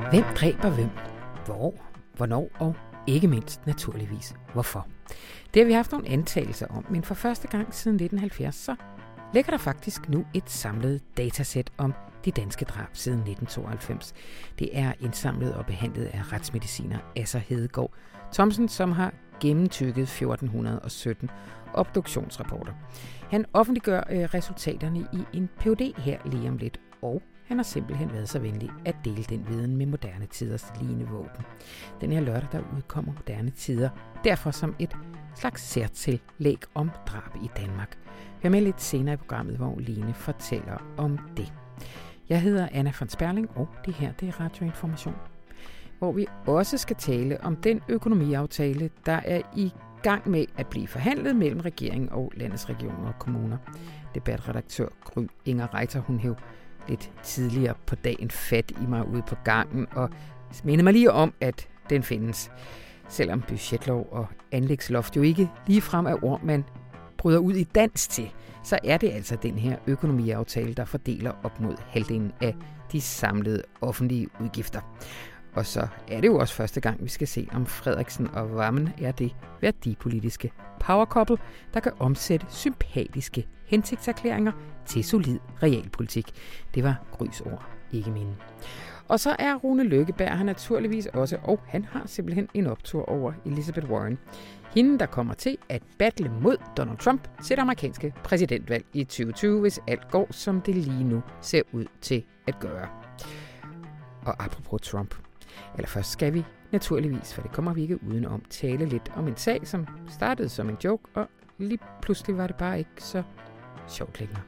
Hvem dræber hvem? Hvor? Hvornår? Og ikke mindst naturligvis hvorfor? Det har vi haft nogle antagelser om, men for første gang siden 1970, så ligger der faktisk nu et samlet datasæt om de danske drab siden 1992. Det er indsamlet og behandlet af retsmediciner Asser Hedegaard Thomsen, som har gennemtykket 1417 obduktionsrapporter. Han offentliggør resultaterne i en Ph.D. her lige om lidt, og han har simpelthen været så venlig at dele den viden med moderne tiders linevåben. Den her lørdag, der udkommer Moderne Tider, derfor som et slags særtillæg om drab i Danmark. Hør med lidt senere i programmet, hvor Line fortæller om det. Jeg hedder Anna von Sperling, og det her det er Radioinformation, hvor vi også skal tale om den økonomiaftale, der er i gang med at blive forhandlet mellem regeringen og landets regioner og kommuner. Debatredaktør Gry Inger Reiter, hun hæv lidt tidligere på dagen fat i mig ude på gangen og minder mig lige om, at den findes. Selvom budgetlov og anlægsloft jo ikke ligefrem er ord, man bryder ud i dans til, så er det altså den her økonomiaftale, der fordeler op mod halvdelen af de samlede offentlige udgifter. Og så er det jo også første gang, vi skal se, om Frederiksen og Wammen er det værdipolitiske power couple, der kan omsætte sympatiske hensigtserklæringer til solid realpolitik. Det var Grys ord, ikke mine. Og så er Rune Lykkeberg her naturligvis også, og han har simpelthen en optur over Elizabeth Warren. Hende, der kommer til at battle mod Donald Trump til det amerikanske præsidentvalg i 2020, hvis alt går, som det lige nu ser ud til at gøre. Og apropos Trump. Først skal vi naturligvis, for det kommer vi ikke udenom, tale lidt om en sag, som startede som en joke, og lige pludselig var det bare ikke så sjovt længere.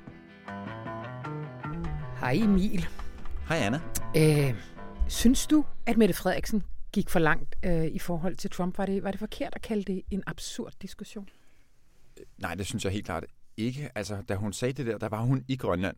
Hej Emil. Hej Anna. Synes du, at Mette Frederiksen gik for langt i forhold til Trump? Var det forkert at kalde det en absurd diskussion? Nej, det synes jeg helt klart ikke. Altså, da hun sagde det der var hun i Grønland.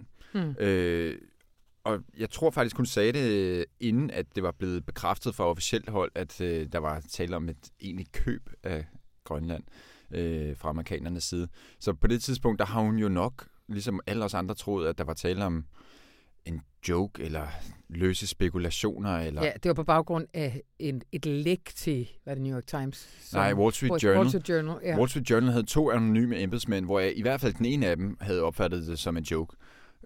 Og jeg tror faktisk, hun sagde det, inden at det var blevet bekræftet fra officielt hold, at der var tale om et egentligt køb af Grønland fra amerikanernes side. Så på det tidspunkt, der har hun jo nok, ligesom alle os andre, troet, at der var tale om en joke eller løse spekulationer. Eller... Ja, det var på baggrund af et læk til, hvad det New York Times? Nej, Wall Street Journal. Wall Street Journal, ja. Wall Street Journal havde 2 anonyme embedsmænd, hvor i hvert fald den ene af dem havde opfattet det som en joke.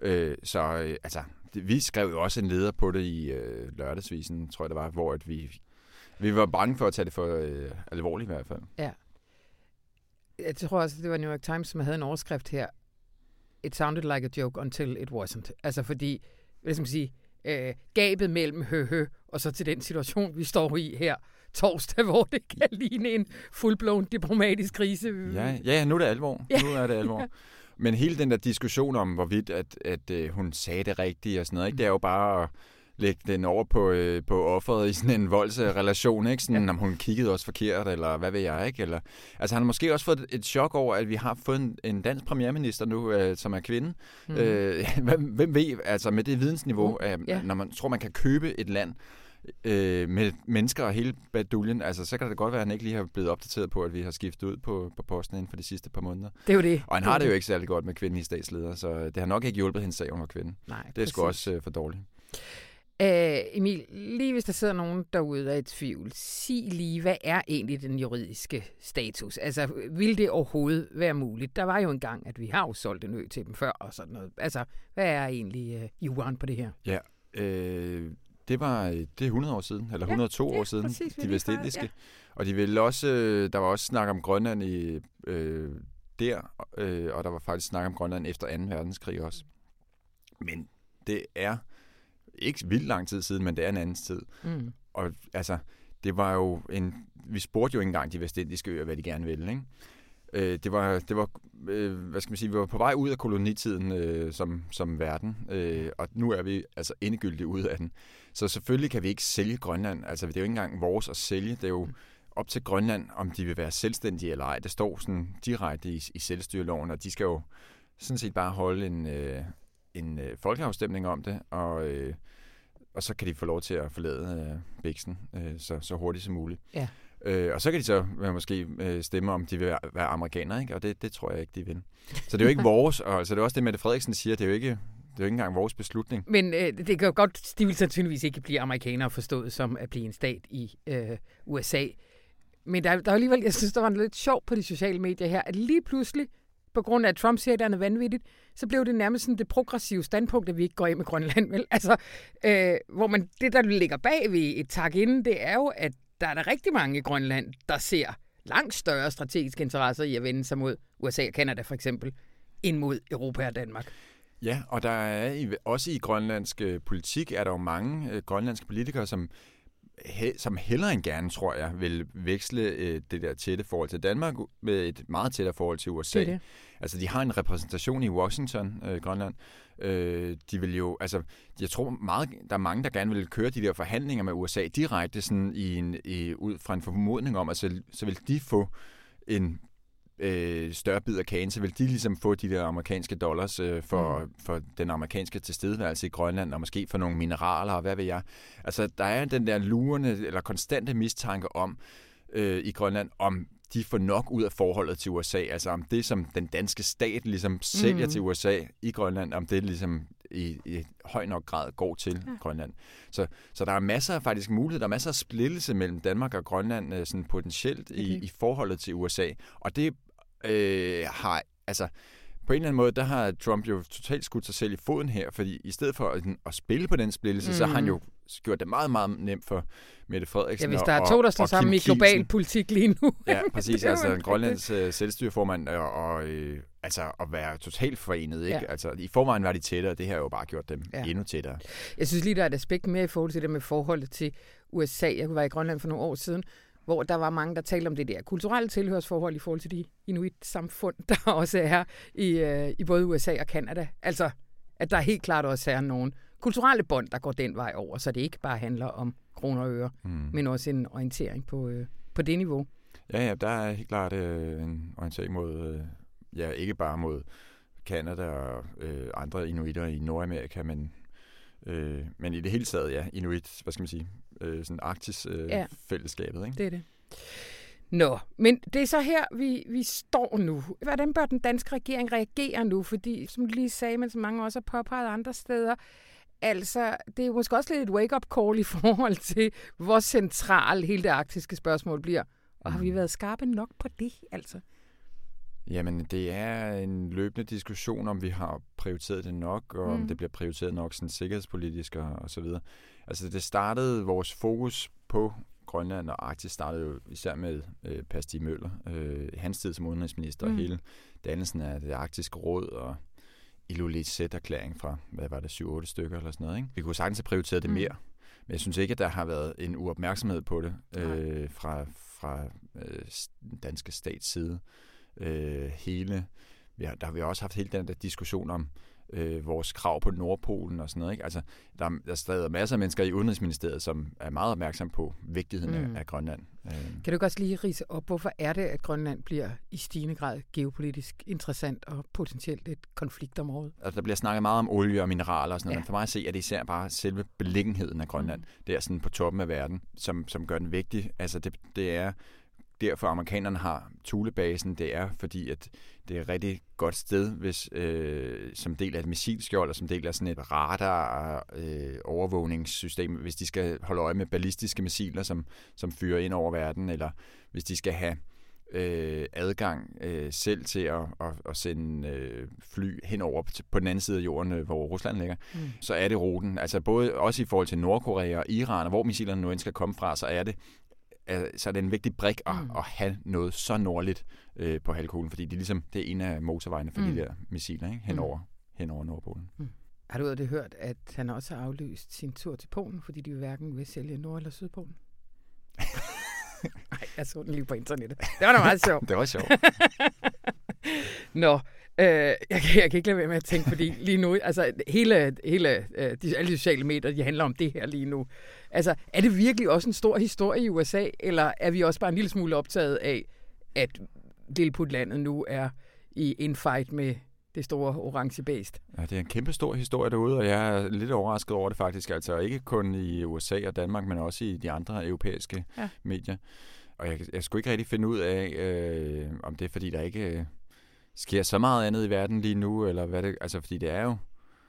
Vi skrev jo også en leder på det i lørdagsvisen, tror jeg det var, hvor at vi var bange for at tage det for alvorligt i hvert fald. Ja. Jeg tror også, det var New York Times, som havde en overskrift her. It sounded like a joke until it wasn't. Altså fordi, hvad skal man sige, gabet mellem og så til den situation, vi står i her torsdag, hvor det kan ligne en full-blown diplomatisk krise. Ja, nu er det alvor. Ja. Nu er det alvor. Men hele den der diskussion om, hvorvidt at hun sagde det rigtige og sådan noget, ikke? Det er jo bare at lægge den over på offeret i sådan en voldsrelation, ikke? Sådan, om hun kiggede også forkert, eller hvad ved jeg, ikke? Eller, altså, han har måske også fået et chok over, at vi har fået en dansk premierminister nu, som er kvinde. Hvem ved, altså med det vidensniveau, når man tror, man kan købe et land med mennesker og hele baduljen, altså så kan det godt være, at han ikke lige har blevet opdateret på, at vi har skiftet ud på posten inden for de sidste par måneder. Det er jo det. Og han har det jo ikke særlig godt med kvindelige statsledere, så det har nok ikke hjulpet hendes sag, hun var kvinde. Nej, det er sgu også for dårligt. Emil, lige hvis der sidder nogen derude, der er i tvivl, sig lige, hvad er egentlig den juridiske status? Altså, vil det overhovedet være muligt? Der var jo engang, at vi har jo solgt en ø til dem før og sådan noget. Altså, hvad er egentlig juraen på det her? Ja, det er 100 år siden, eller 102 år siden, præcis, de vestindiske. Ja. Og de ville også, der var også snak om Grønland og der var faktisk snak om Grønland efter 2. verdenskrig også. Men det er ikke vildt lang tid siden, men det er en anden tid. Og altså, det var jo vi spurgte jo ikke engang de vestindiske øer, hvad de gerne ville, ikke? Det var hvad skal man sige, vi var på vej ud af kolonitiden som verden, og nu er vi altså endegyldigt ude af den. Så selvfølgelig kan vi ikke sælge Grønland. Altså, det er jo ikke engang vores at sælge. Det er jo op til Grønland, om de vil være selvstændige eller ej. Det står sådan direkte i selvstyreloven, og de skal jo sådan set bare holde en folkeafstemning om det, og så kan de få lov til at forlade biksen så hurtigt som muligt. Ja. Og så kan de så måske stemme, om de vil være amerikanere, ikke? Og det tror jeg ikke, de vil. Så det er jo ikke vores, og altså det er også det, Mette Frederiksen siger, det er jo ikke jo ikke engang vores beslutning. Men det kan jo godt, de vil sandsynligvis ikke blive amerikanere forstået som at blive en stat i USA. Men der er alligevel, jeg synes, der var lidt sjov på de sociale medier her, at lige pludselig, på grund af, at Trump siger, at det er noget vanvittigt, så blev det nærmest sådan det progressive standpunkt, at vi ikke går af med Grønland. Vel? Altså, hvor det, der ligger bag ved et tak inden, det er jo, at der er der rigtig mange i Grønland, der ser langt større strategiske interesser i at vende sig mod USA og Canada for eksempel, end mod Europa og Danmark. Ja, og der er også i grønlandsk politik, er der jo mange grønlandske politikere, som hellere end gerne, tror jeg, vil veksle det der tætte forhold til Danmark med et meget tættere forhold til USA. Det. Altså, de har en repræsentation i Washington, Grønland. De vil jo, altså, jeg tror meget, der er mange, der gerne vil køre de der forhandlinger med USA direkte, sådan ud fra en formodning om, at så vil de få en større bid af kagen, så vil de ligesom få de der amerikanske dollars for den amerikanske tilstedeværelse i Grønland, og måske for nogle mineraler, og hvad ved jeg. Altså, der er den der lurende, eller konstante mistanke om i Grønland, om de får nok ud af forholdet til USA, altså om det, som den danske stat ligesom sælger til USA i Grønland, om det ligesom i høj nok grad går til Grønland. Så der er masser af faktisk mulighed, der er masser af splittelse mellem Danmark og Grønland sådan potentielt i forholdet til USA, og det har, altså på en eller anden måde, der har Trump jo totalt skudt sig selv i foden her, fordi i stedet for at spille på den splittelse, så har han jo gjort det meget, meget nemt for Mette Frederiksen. Ja, hvis der er to, der står sammen i global politik lige nu. Ja, præcis. Altså en Grønlands selvstyreformand altså at være totalt forenet. Ikke? Ja. Altså i forvejen var de tættere, og det her har jo bare gjort dem endnu tættere. Jeg synes lige, der er et aspekt mere i forhold til det med forholdet til USA. Jeg var i Grønland for nogle år siden, hvor der var mange, der talte om det der kulturelle tilhørsforhold i forhold til de inuit-samfund, der også er i både USA og Canada. Altså, at der helt klart også er nogle kulturelle bånd, der går den vej over, så det ikke bare handler om kroner og øre, men også en orientering på det niveau. Ja, der er helt klart en orientering mod, ikke bare mod Canada og andre inuitter i Nordamerika, men i det hele taget, inuit, hvad skal man sige, sådan Arktis-fællesskabet, ikke? Det er det. Nå, men det er så her, vi står nu. Hvordan bør den danske regering reagere nu? Fordi, som du lige sagde, men som mange også har påpeget andre steder, altså, det er jo måske også lidt et wake-up call i forhold til, hvor central hele det arktiske spørgsmål bliver. Og har vi været skarpe nok på det, altså? Jamen, det er en løbende diskussion, om vi har prioriteret det nok, og om det bliver prioriteret nok sådan sikkerhedspolitisk og så videre. Altså, det startede, vores fokus på Grønland og Arktis startede jo især med Per Stig Møller, hans tid som udenrigsminister, og hele dannelsen af det arktiske råd og Ilulissat-erklæring fra, hvad var det, 7-8 stykker eller sådan noget, ikke? Vi kunne sagtens have prioriteret det mere, men jeg synes ikke, at der har været en uopmærksomhed på det fra danske stats side. Der har vi også haft hele den der diskussion om vores krav på Nordpolen og sådan noget, ikke? Altså, der er stadig masser af mennesker i Udenrigsministeriet, som er meget opmærksom på vigtigheden af Grønland. Kan du også lige ridse op, hvorfor er det, at Grønland bliver i stigende grad geopolitisk interessant og potentielt et konfliktområde? Altså, der bliver snakket meget om olie og mineraler og sådan noget, men for mig at se, at det især bare selve beliggenheden af Grønland. Det er sådan på toppen af verden, som gør den vigtig. Altså, det er derfor amerikanerne har Thulebasen, det er fordi, at det er et rigtig godt sted, hvis som del af et missilskjold, og som del af sådan et radar-overvågningssystem, hvis de skal holde øje med ballistiske missiler, som fyrer ind over verden, eller hvis de skal have adgang selv til at sende fly henover på den anden side af jorden, hvor Rusland ligger, så er det ruten. Altså både også i forhold til Nordkorea og Iran, og hvor missilerne nu end skal komme fra, så er det en vigtig brik at have noget så nordligt på halvkuglen, fordi det er en af motorvejene for de der missiler, ikke? Henover Nordpolen. Har du hørt, at han også har aflyst sin tur til Polen, fordi de hverken vil sælge Nord- eller Sydpolen? Nej, jeg så den lige på internettet. Det var da meget sjovt. Det var sjovt. Nå, jeg kan ikke lade være med at tænke, fordi lige nu, altså alle de sociale medier, de handler om det her lige nu. Altså, er det virkelig også en stor historie i USA, eller er vi også bare en lille smule optaget af, at Lilleputlandet nu er i en fight med det store orange bæst? Ja, det er en kæmpe stor historie derude, og jeg er lidt overrasket over det faktisk. Altså ikke kun i USA og Danmark, men også i de andre europæiske medier. Og jeg skulle ikke rigtig finde ud af, om det er, fordi der ikke sker så meget andet i verden lige nu, eller hvad det, altså fordi det er jo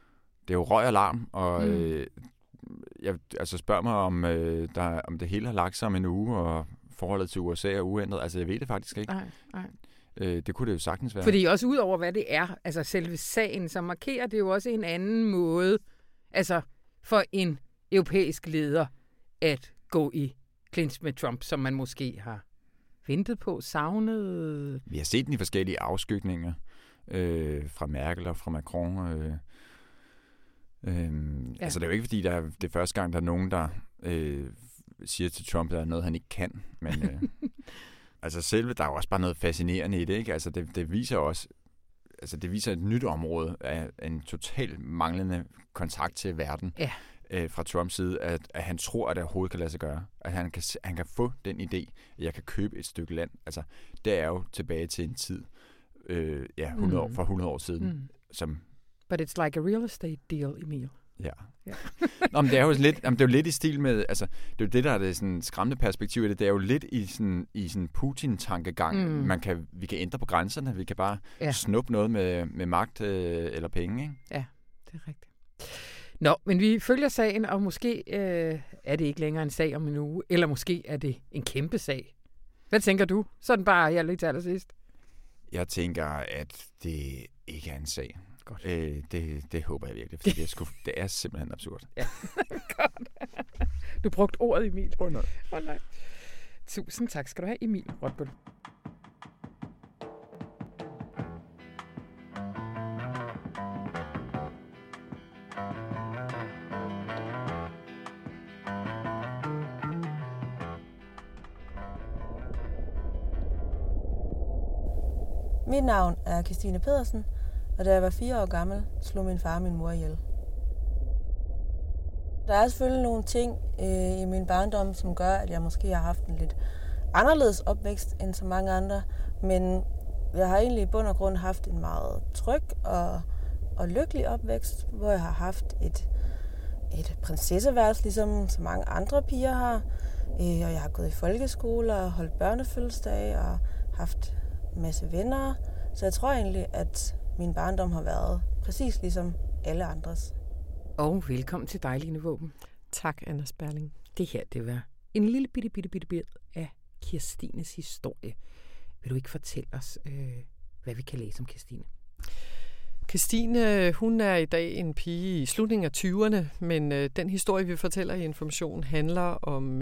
er jo røg og larm, og jeg spørger mig, om det hele har lagt sig om en uge, og forholdet til USA er uændret. Altså, jeg ved det faktisk ikke. Nej. Det kunne det jo sagtens være. Fordi også ud over, hvad det er, altså selve sagen, så markerer det jo også en anden måde, altså for en europæisk leder at gå i clinch med Trump, som man måske har ventet på, savnet. Vi har set den i forskellige afskygninger fra Merkel og fra Macron. Altså, det er jo ikke, fordi det er første gang, der er nogen, der siger til Trump, at der er noget, han ikke kan. Men altså selve, der er jo også bare noget fascinerende i det, ikke? Altså, det viser også, altså det viser et nyt område af en total manglende kontakt til verden fra Trumps side, at han tror, at det overhovedet kan lade sig gøre. At han kan få den idé, at jeg kan købe et stykke land. Altså, det er jo tilbage til en tid, 100 år, for 100 år siden, som... But it's like a real estate deal, Emil. Ja. Nå, men det er jo lidt, det er jo lidt i stil med, altså, det er jo det, der er det sådan skræmmende perspektiv i det. Det er jo lidt i sådan Putin-tankegang. Vi kan ændre på grænserne, vi kan bare snuppe noget med magt eller penge, ikke? Ja, det er rigtigt. Nå, men vi følger sagen, og måske er det ikke længere en sag om en uge, eller måske er det en kæmpe sag. Hvad tænker du? Sådan bare her lige til allersidst. Jeg tænker, at det ikke er en sag. Godt. Det håber jeg virkelig, fordi det er simpelthen absurd. Ja, godt. Du brugte ordet, Emil. Nej. Tusind tak skal du have, Emil Rotbøl. Mit navn er Christine Pedersen, og da jeg var 4 år gammel, slog min far min mor ihjel. Der er selvfølgelig nogle ting i min barndom, som gør, at jeg måske har haft en lidt anderledes opvækst end så mange andre, men jeg har egentlig i bund og grund haft en meget tryg og lykkelig opvækst, hvor jeg har haft et prinsesseværelse, ligesom så mange andre piger har, og jeg har gået i folkeskole og holdt børnefødselsdage og haft en masse venner, så jeg tror egentlig, at min barndom har været præcis ligesom alle andres. Og velkommen til dig, Line Våben. Tak, Anna Sperling. Det her, det var en lille bitte bid af Kirstines historie. Vil du ikke fortælle os, hvad vi kan læse om Kirstine? Kirstine, hun er i dag en pige i slutningen af 20'erne, men den historie, vi fortæller i Information, handler om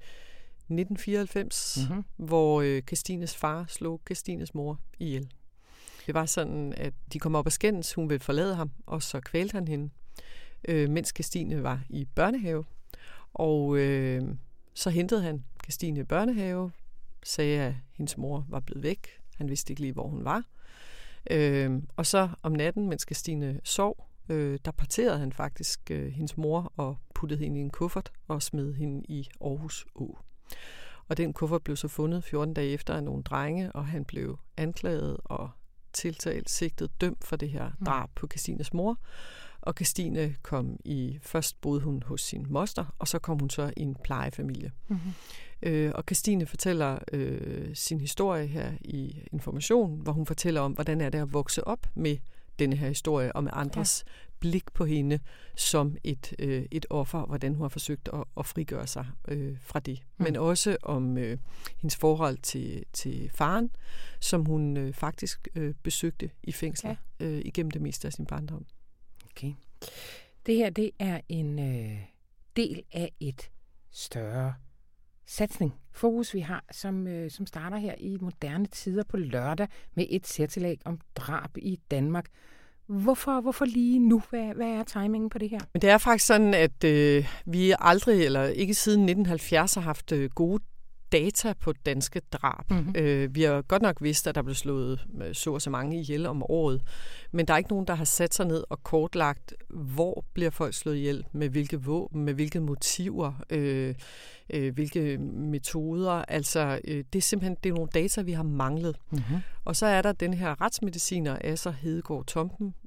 1994, hvor Kirstines far slog Kirstines mor ihjel. Det var sådan, at de kom op og skændes, hun ville forlade ham, og så kvælte han hende, mens Kirstine var i børnehave. Og så hentede han Kirstine i børnehave, sagde, at hendes mor var blevet væk. Han vidste ikke lige, hvor hun var. Og så om natten, mens Kirstine sov, der parterede han faktisk hendes mor og puttede hende i en kuffert og smed hende i Aarhus Å. Og den kuffert blev så fundet 14 dage efter af nogle drenge, og han blev anklaget og tiltalt, sigtet, dømt for det her drab på Kirstines mor. Og Kirstine først boede hun hos sin moster, og så kom hun så i en plejefamilie. Og Kirstine fortæller sin historie her i Information, hvor hun fortæller om, hvordan er det at vokse op med denne her historie, og med andres blik på hende som et offer, hvordan hun har forsøgt at frigøre sig fra det. Men også om hendes forhold til faren, som hun faktisk besøgte i fængsler igennem det meste af sin barndom. Okay. Det her, det er en del af et større satsning. Fokus, vi har, som starter her i Moderne Tider på lørdag med et særtillæg om drab i Danmark. Hvorfor lige nu? Hvad er timingen på det her? Men det er faktisk sådan, at vi aldrig, eller ikke siden 1970, har haft gode data på danske drab. Vi har godt nok vidst, at der blev slået så og så mange ihjel om året, men der er ikke nogen, der har sat sig ned og kortlagt, hvor bliver folk slået ihjel, med hvilke våben, med hvilke motiver, hvilke metoder. Altså, det er simpelthen nogle data, vi har manglet. Og så er der den her retsmediciner, Asser Hedegaard Thomsen,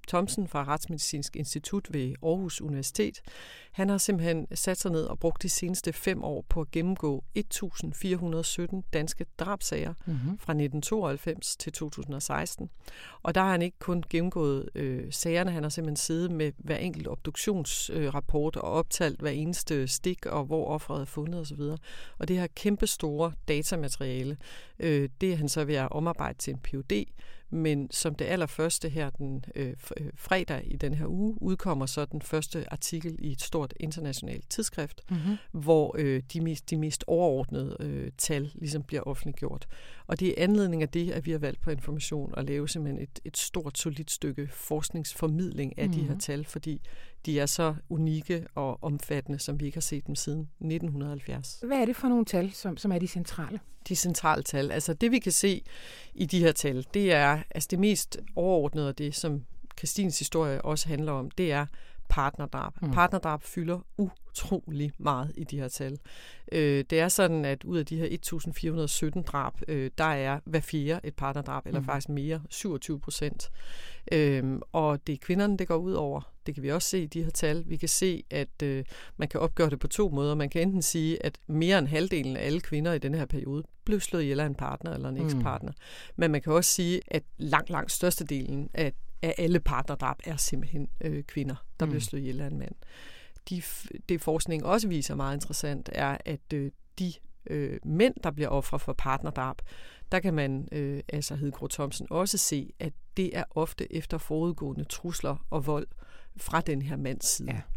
Thomsen fra Retsmedicinsk Institut ved Aarhus Universitet, han har simpelthen sat sig ned og brugt de seneste 5 år på at gennemgå 1.417 danske drabsager fra 1992 til 2016. Og der har han ikke kun gennemgået sagerne, han har simpelthen siddet med hver enkelt obduktionsrapport og optalt hver eneste stik og hvor offeret er fundet osv. Og det her kæmpe store datamateriale, det er han så ved at omarbejde til en Ph.D., men som det allerførste her den fredag i den her uge, udkommer så den første artikel i et stort internationalt tidsskrift, hvor de mest overordnede tal ligesom bliver offentliggjort. Og det er anledning af det, at vi har valgt på Information at lave simpelthen et stort, solidt stykke forskningsformidling af de her tal, fordi de er så unikke og omfattende, som vi ikke har set dem siden 1970. Hvad er det for nogle tal, som er de centrale? De centrale tal. Altså det, vi kan se i de her tal, det er altså det mest overordnede, og det, som Kristines historie også handler om, det er partnerdrab. Partnerdrab fylder utrolig meget i de her tal. Det er sådan, at ud af de her 1.417 drab, der er hver fjerde et partnerdrab, eller faktisk mere, 27%. Og det er kvinderne, det går ud over. Det kan vi også se i de her tal. Vi kan se, at man kan opgøre det på 2 måder. Man kan enten sige, at mere end halvdelen af alle kvinder i den her periode blev slået ihjel af en partner eller en ekspartner. Men man kan også sige, at langt størstedelen af alle partnerdrab er simpelthen kvinder, der bliver slået ihjel af en mand. Det forskning også viser meget interessant, er, at de mænd, der bliver ofre for partnerdrab, der kan man, altså Hedegaard Thomsen, også se, at det er ofte efter forudgående trusler og vold fra den her mands side. Ja.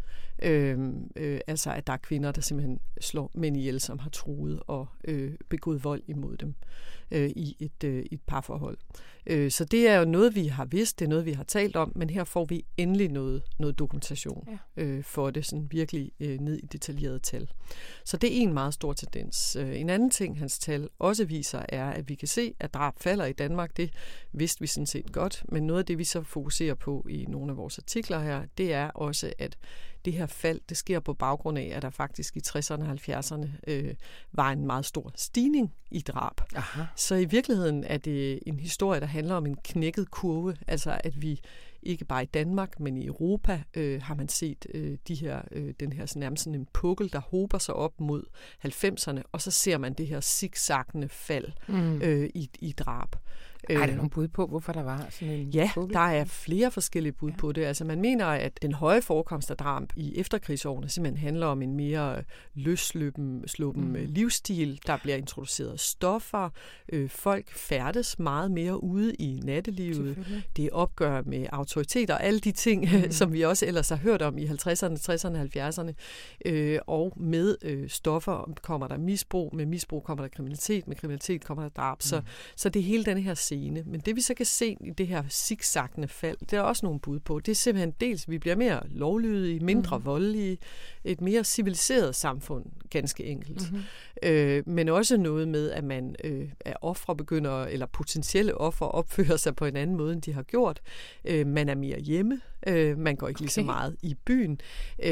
Altså at der er kvinder, der simpelthen slår mænd ihjel, som har truet og begået vold imod dem i et parforhold. Så det er jo noget, vi har vidst, det er noget, vi har talt om, men her får vi endelig noget dokumentation for det, sådan virkelig ned i detaljerede tal. Så det er en meget stor tendens. En anden ting, hans tal også viser, er, at vi kan se, at drab falder i Danmark. Det vidste vi sådan set godt, men noget af det, vi så fokuserer på i nogle af vores artikler her, det er også, at det her fald, det sker på baggrund af, at der faktisk i 60'erne og 70'erne var en meget stor stigning i drab. Aha. Så i virkeligheden er det en historie, der handler om en knækket kurve, altså at vi ikke bare i Danmark, men i Europa har man set den her nærmest sådan en pukkel, der hober sig op mod 90'erne, og så ser man det her zigzaggende fald i drab. Er der nogle bud på, hvorfor der var sådan en pukkel? Der er flere forskellige bud på det. Altså man mener, at den høje forekomst af drab i efterkrigsårene simpelthen handler om en mere løsluppen livsstil. Der bliver introduceret stoffer. Folk færdes meget mere ude i nattelivet. Det er opgør med autoriteter og alle de ting, som vi også ellers har hørt om i 50'erne, 60'erne, 70'erne. Og med stoffer kommer der misbrug. Med misbrug kommer der kriminalitet. Med kriminalitet kommer der drab. Så det er hele denne her scene. Men det vi så kan se i det her zigzaggende fald, det er også nogle bud på. Det er simpelthen dels, at vi bliver mere lovlydige, mindre voldelige, et mere civiliseret samfund, ganske enkelt. Men også noget med, at man er ofre begynder, eller potentielle ofre opfører sig på en anden måde, end de har gjort. Man er mere hjemme. Man går ikke lige så meget i byen.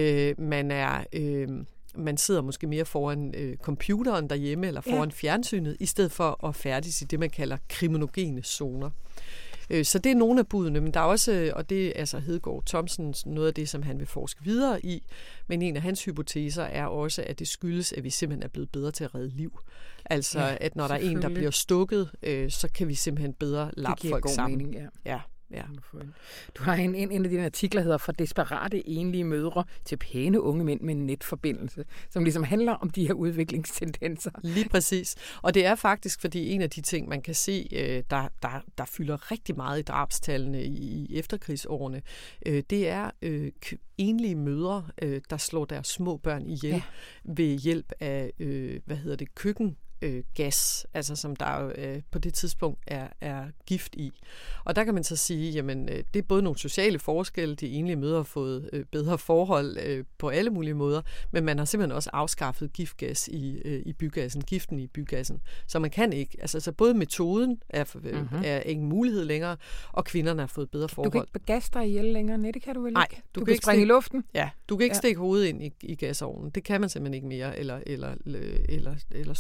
Man sidder måske mere foran computeren derhjemme, eller foran fjernsynet, i stedet for at færdes i det, man kalder kriminogene zoner. Så det er nogle af budene, men der er også, og det er altså Hedegaard Thomsen, noget af det, som han vil forske videre i, men en af hans hypoteser er også, at det skyldes, at vi simpelthen er blevet bedre til at redde liv. Altså, at når der er en, der bliver stukket, så kan vi simpelthen bedre lappe folk sammen. Mening, ja. Du har en af dine artikler, hedder "Fra desperate enlige mødre til pæne unge mænd med en netforbindelse", som ligesom handler om de her udviklingstendenser. Lige præcis. Og det er faktisk, fordi en af de ting, man kan se, der fylder rigtig meget i drabstallene i efterkrigsårene, det er enlige mødre, der slår deres små børn ihjel ved hjælp af, køkkengas, altså som der på det tidspunkt er gift i. Og der kan man så sige, jamen det er både nogle sociale forskelle, de enlige mødre har fået bedre forhold på alle mulige måder, men man har simpelthen også afskaffet giftgas i bygassen, giften i bygassen. Så man kan ikke, altså så både metoden er ingen mulighed længere, og kvinderne har fået bedre forhold. Du kan ikke begasse dig ihjel længere, det kan du vel ikke? Nej, du kan ikke springe i luften? Ja, du kan ikke stikke hovedet ind i gasovnen. Det kan man simpelthen ikke mere, eller slå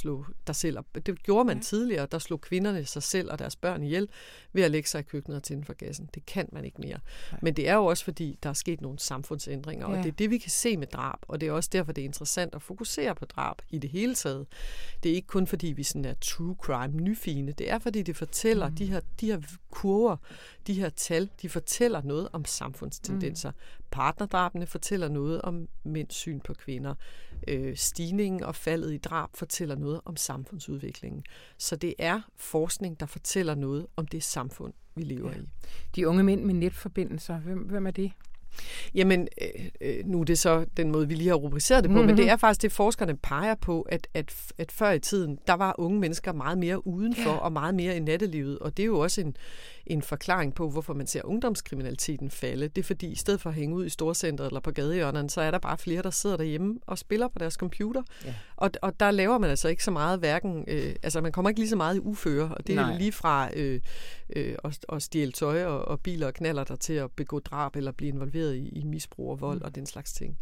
det gjorde man tidligere, der slog kvinderne sig selv og deres børn ihjel ved at lægge sig i køkkenet og tænde for gassen. Det kan man ikke mere. Nej. Men det er jo også fordi, der er sket nogle samfundsændringer, og det er det, vi kan se med drab, og det er også derfor, det er interessant at fokusere på drab i det hele taget. Det er ikke kun fordi, vi sådan er true crime nyfine, det er fordi, det fortæller, de her kurver, de her tal, de fortæller noget om samfundstendenser. Partnerdrabene fortæller noget om mænds syn på kvinder. Stigningen og faldet i drab fortæller noget om samfundsudviklingen. Så det er forskning, der fortæller noget om det samfund, vi lever i. De unge mænd med netforbindelser, hvem er det? Jamen, nu er det så den måde, vi lige har rubriceret det på, men det er faktisk det, forskerne peger på, at før i tiden, der var unge mennesker meget mere udenfor og meget mere i nattelivet, og det er jo også en forklaring på, hvorfor man ser ungdomskriminaliteten falde. Det er fordi, i stedet for at hænge ud i storcentret eller på gadehjørnerne, så er der bare flere, der sidder derhjemme og spiller på deres computer. Ja. Og der laver man altså ikke så meget hverken, man kommer ikke lige så meget i uføre, og det er lige fra at stjæle tøj og biler og knaller der til at begå drab eller blive involveret i misbrug og vold og den slags ting.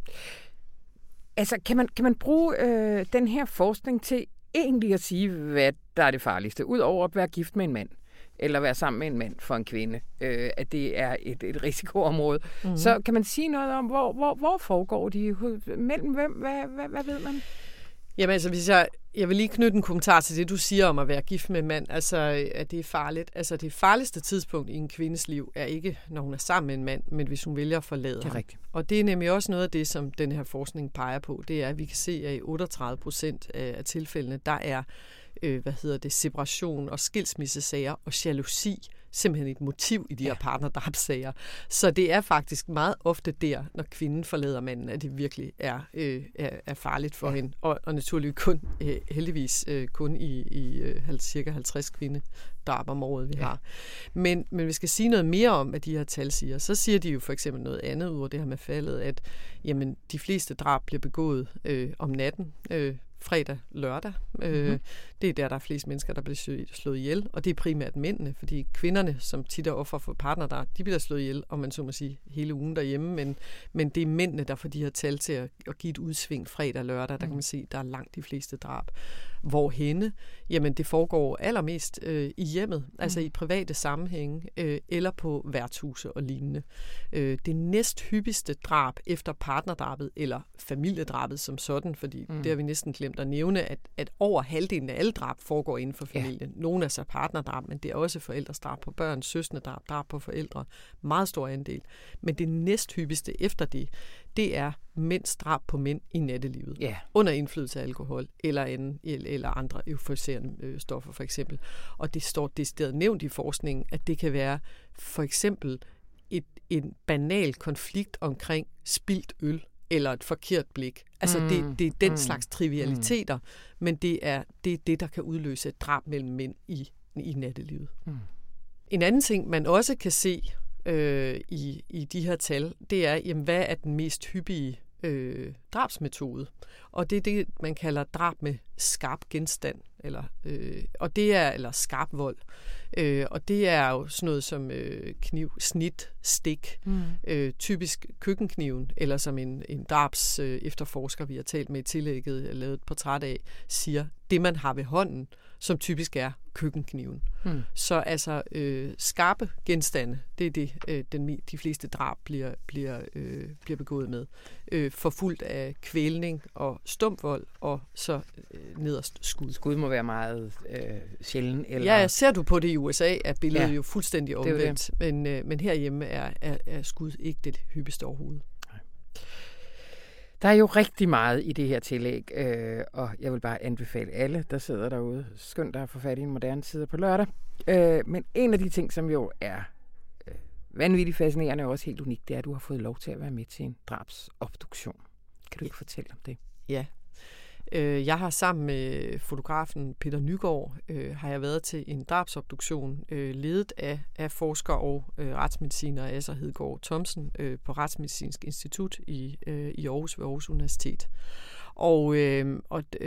Altså, kan man bruge den her forskning til egentlig at sige, hvad der er det farligste, udover at være gift med en mand, eller være sammen med en mand for en kvinde, at det er et risikoområde. Så kan man sige noget om, hvor foregår de? Mellem hvem? Hvad ved man? Jamen altså, hvis jeg vil lige knytte en kommentar til det, du siger om at være gift med en mand, altså at det er farligt. Altså det farligste tidspunkt i en kvindes liv er ikke, når hun er sammen med en mand, men hvis hun vælger at forlade ham. Rigtigt. Og det er nemlig også noget af det, som den her forskning peger på. Det er, at vi kan se, at i 38% af tilfældene, der er separation og skilsmissesager og jalousi simpelthen et motiv i de her partnerdrabssager. Så det er faktisk meget ofte der, når kvinden forlader manden, at det virkelig er farligt for hende. Og naturligvis heldigvis kun i cirka 50 kvindedrab om året, vi har. Men vi skal sige noget mere om, hvad de her tal siger. Så siger de jo for eksempel noget andet ud af det her med faldet, at jamen, de fleste drab bliver begået om natten, fredag, lørdag. Det er der er flest mennesker, der bliver slået ihjel, og det er primært mændene, fordi kvinderne, som tit er offer for partnerdrab, de bliver slået ihjel, om man så må sige, hele ugen derhjemme, men det er mændene, der får de her tal til at give et udsving fredag, lørdag, der kan man se, der er langt de fleste drab. Hvorhenne? Jamen, det foregår allermest i hjemmet, altså i private sammenhænge, eller på værtshuse og lignende. Det næsthyppigste drab efter partnerdrabet, eller familiedrabet som sådan, fordi det har vi næsten glemt at nævne, at over halvdelen af alle drab foregår inden for familien. Nogle er så partnerdrab, men det er også forældres drab på børn, søskendedrab, drab på forældre. Meget stor andel. Men det næsthyppigste efter det er mænds drab på mænd i nattelivet. Yeah. Under indflydelse af alkohol eller andre euforiserende stoffer for eksempel. Og det står decideret nævnt i forskningen, at det kan være for eksempel en banal konflikt omkring spildt øl eller et forkert blik. Altså det er den slags trivialiteter, men det er det, der kan udløse et drab mellem mænd i nattelivet. En anden ting, man også kan se i de her tal, det er, jamen, hvad er den mest hyppige drabsmetode? Og det er det, man kalder drab med skarp genstand, eller skarp vold. Og det er jo sådan noget som kniv, snit, stik, typisk køkkenkniven, eller som en drabs efterforsker, vi har talt med i tillægget, lavet et portræt af, siger, det man har ved hånden, som typisk er køkkenkniven. Så altså skarpe genstande, det er det, de fleste drab bliver begået med. Forfulgt af kvælning og stumpvold, og så nederst skud. Skud må være meget sjældent. Eller... Ja, ser du på det i USA, er billedet jo fuldstændig omvendt. Men herhjemme er skud ikke det hyppigste overhovedet. Der er jo rigtig meget i det her tillæg, og jeg vil bare anbefale alle, der sidder derude, skønt at få fat i en moderne side på lørdag. Men en af de ting, som jo er vanvittigt fascinerende og også helt unikt, det er, at du har fået lov til at være med til en drabsobduktion. Kan du ikke fortælle om det? Ja. Jeg har sammen med fotografen Peter Nygaard har jeg været til en drabsobduktion ledet af forsker og retsmediciner Asser Hedegaard Thomsen på Retsmedicinsk Institut i Aarhus ved Aarhus Universitet. Og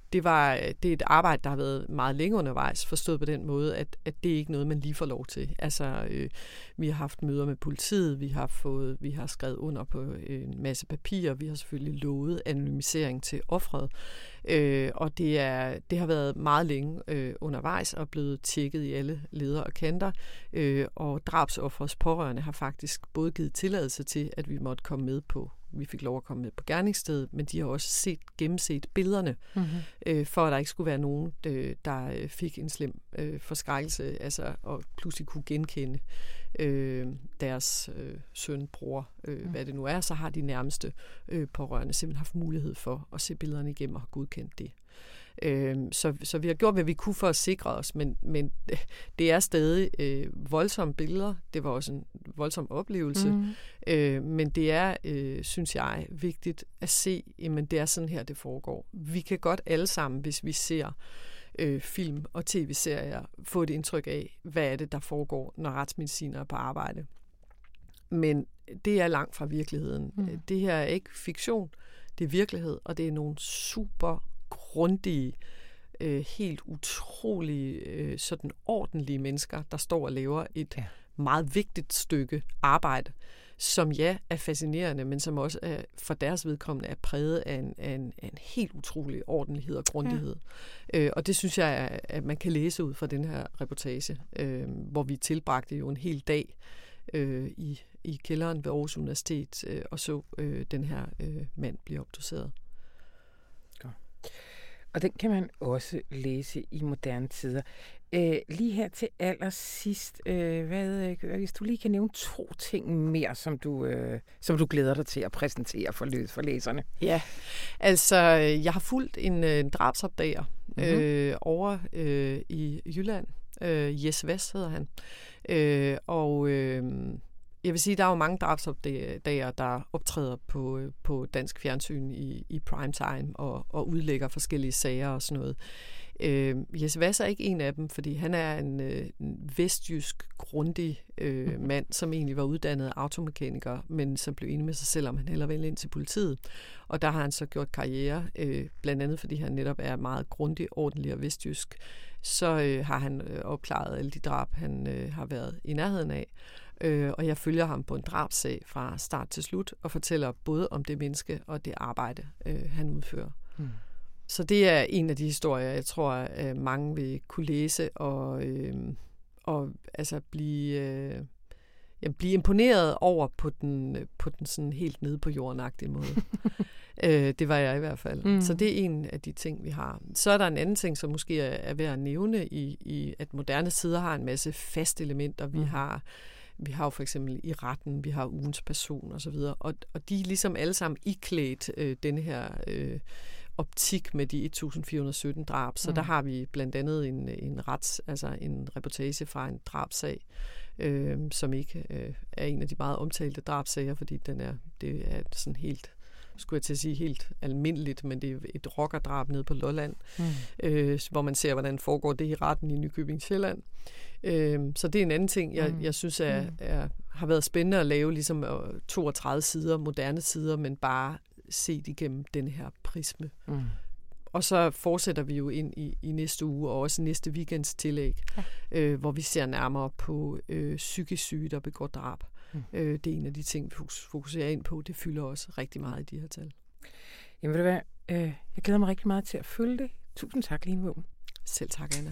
det er et arbejde, der har været meget længe undervejs, forstået på den måde, at det er ikke noget, man lige får lov til. Altså, vi har haft møder med politiet, vi har skrevet under på en masse papirer, vi har selvfølgelig lovet anonymisering til offeret, og det har været meget længe undervejs og blevet tjekket i alle leder og kanter, og drabsofferets pårørende har faktisk både givet tilladelse til, at vi måtte komme med på. Vi fik lov at komme med på gerningsstedet, men de har også gennemset billederne, for at der ikke skulle være nogen, der fik en slem forskrækkelse, altså og pludselig kunne genkende deres søn, bror, hvad det nu er, så har de nærmeste pårørende simpelthen haft mulighed for at se billederne igennem og have godkendt det. Så vi har gjort, hvad vi kunne for at sikre os, men det er stadig voldsomme billeder. Det var også en voldsom oplevelse. Men det er, synes jeg, vigtigt at se, jamen det er sådan her, det foregår. Vi kan godt alle sammen, hvis vi ser film og tv-serier, få et indtryk af, hvad er det, der foregår, når retsmediciner er på arbejde. Men det er langt fra virkeligheden. Det her er ikke fiktion, det er virkelighed, og det er nogle super grundige, helt utrolige, sådan ordentlige mennesker, der står og laver et meget vigtigt stykke arbejde, som er fascinerende, men som også er, for deres vedkommende er præget af en helt utrolig ordentlighed og grundighed. Og det synes jeg, at man kan læse ud fra den her reportage, hvor vi tilbragte jo en hel dag i kælderen ved Aarhus Universitet og så den her mand blive obduceret. Og den kan man også læse i Moderne Tider. Lige her til allersidst, hvis du lige kan nævne 2 ting mere, som du glæder dig til at præsentere for læserne. Ja, altså jeg har fulgt en drabsopdager over i Jylland. Jes Vest hedder han. Jeg vil sige, at der er jo mange drabsopdager, der optræder på dansk fjernsyn i primetime og udlægger forskellige sager og sådan noget. Jes Vass er ikke en af dem, fordi han er en vestjysk, grundig mand, som egentlig var uddannet automekaniker, men som blev enig med sig selv, om han hellere ville ind til politiet. Og der har han så gjort karriere, blandt andet fordi han netop er meget grundig, ordentlig og vestjysk. Så har han opklaret alle de drab, han har været i nærheden af. Og jeg følger ham på en drabsag fra start til slut og fortæller både om det menneske og det arbejde, han udfører. Så det er en af de historier, jeg tror, at mange vil kunne læse og altså blive imponeret over på den sådan helt nede på jorden-agtige måde. Det var jeg i hvert fald. Så det er en af de ting, vi har. Så er der en anden ting, som måske er værd at nævne, i at Moderne Tider har en masse faste elementer. Vi har jo for eksempel i retten, vi har ugens person og så videre, og de er ligesom alle sammen iklædt denne her optik med de 1417 drab. Så der har vi blandt andet en reportage fra en drabsag, som ikke er en af de meget omtalte drabsager, fordi det er sådan helt, skulle jeg til at sige, helt almindeligt, men det er et rockerdrab nede på Lolland, hvor man ser, hvordan foregår det i retten i Nykøbing Sjælland. Så det er en anden ting, jeg synes har været spændende at lave, ligesom 32 sider, moderne sider, men bare set igennem den her prisme. Og så fortsætter vi jo ind i næste uge, og også næste weekends tillæg, hvor vi ser nærmere på psykisk syge, der begår drab. Det er en af de ting, vi fokuserer ind på. Det fylder også rigtig meget i de her tal. Jamen ved du hvad, jeg glæder mig rigtig meget til at følge det. Tusind tak, Line Våben. Selv tak, Anna.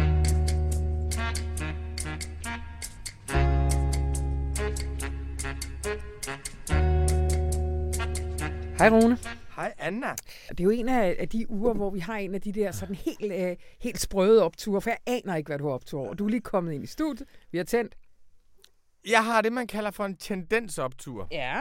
Hej Rune. Hej Anna. Det er jo en af de uger, hvor vi har en af de der sådan helt sprøde opture, for jeg aner ikke, hvad du har optur over. Du er lige kommet ind i studiet. Vi har tændt. Jeg har det, man kalder for en tendensoptur. Ja.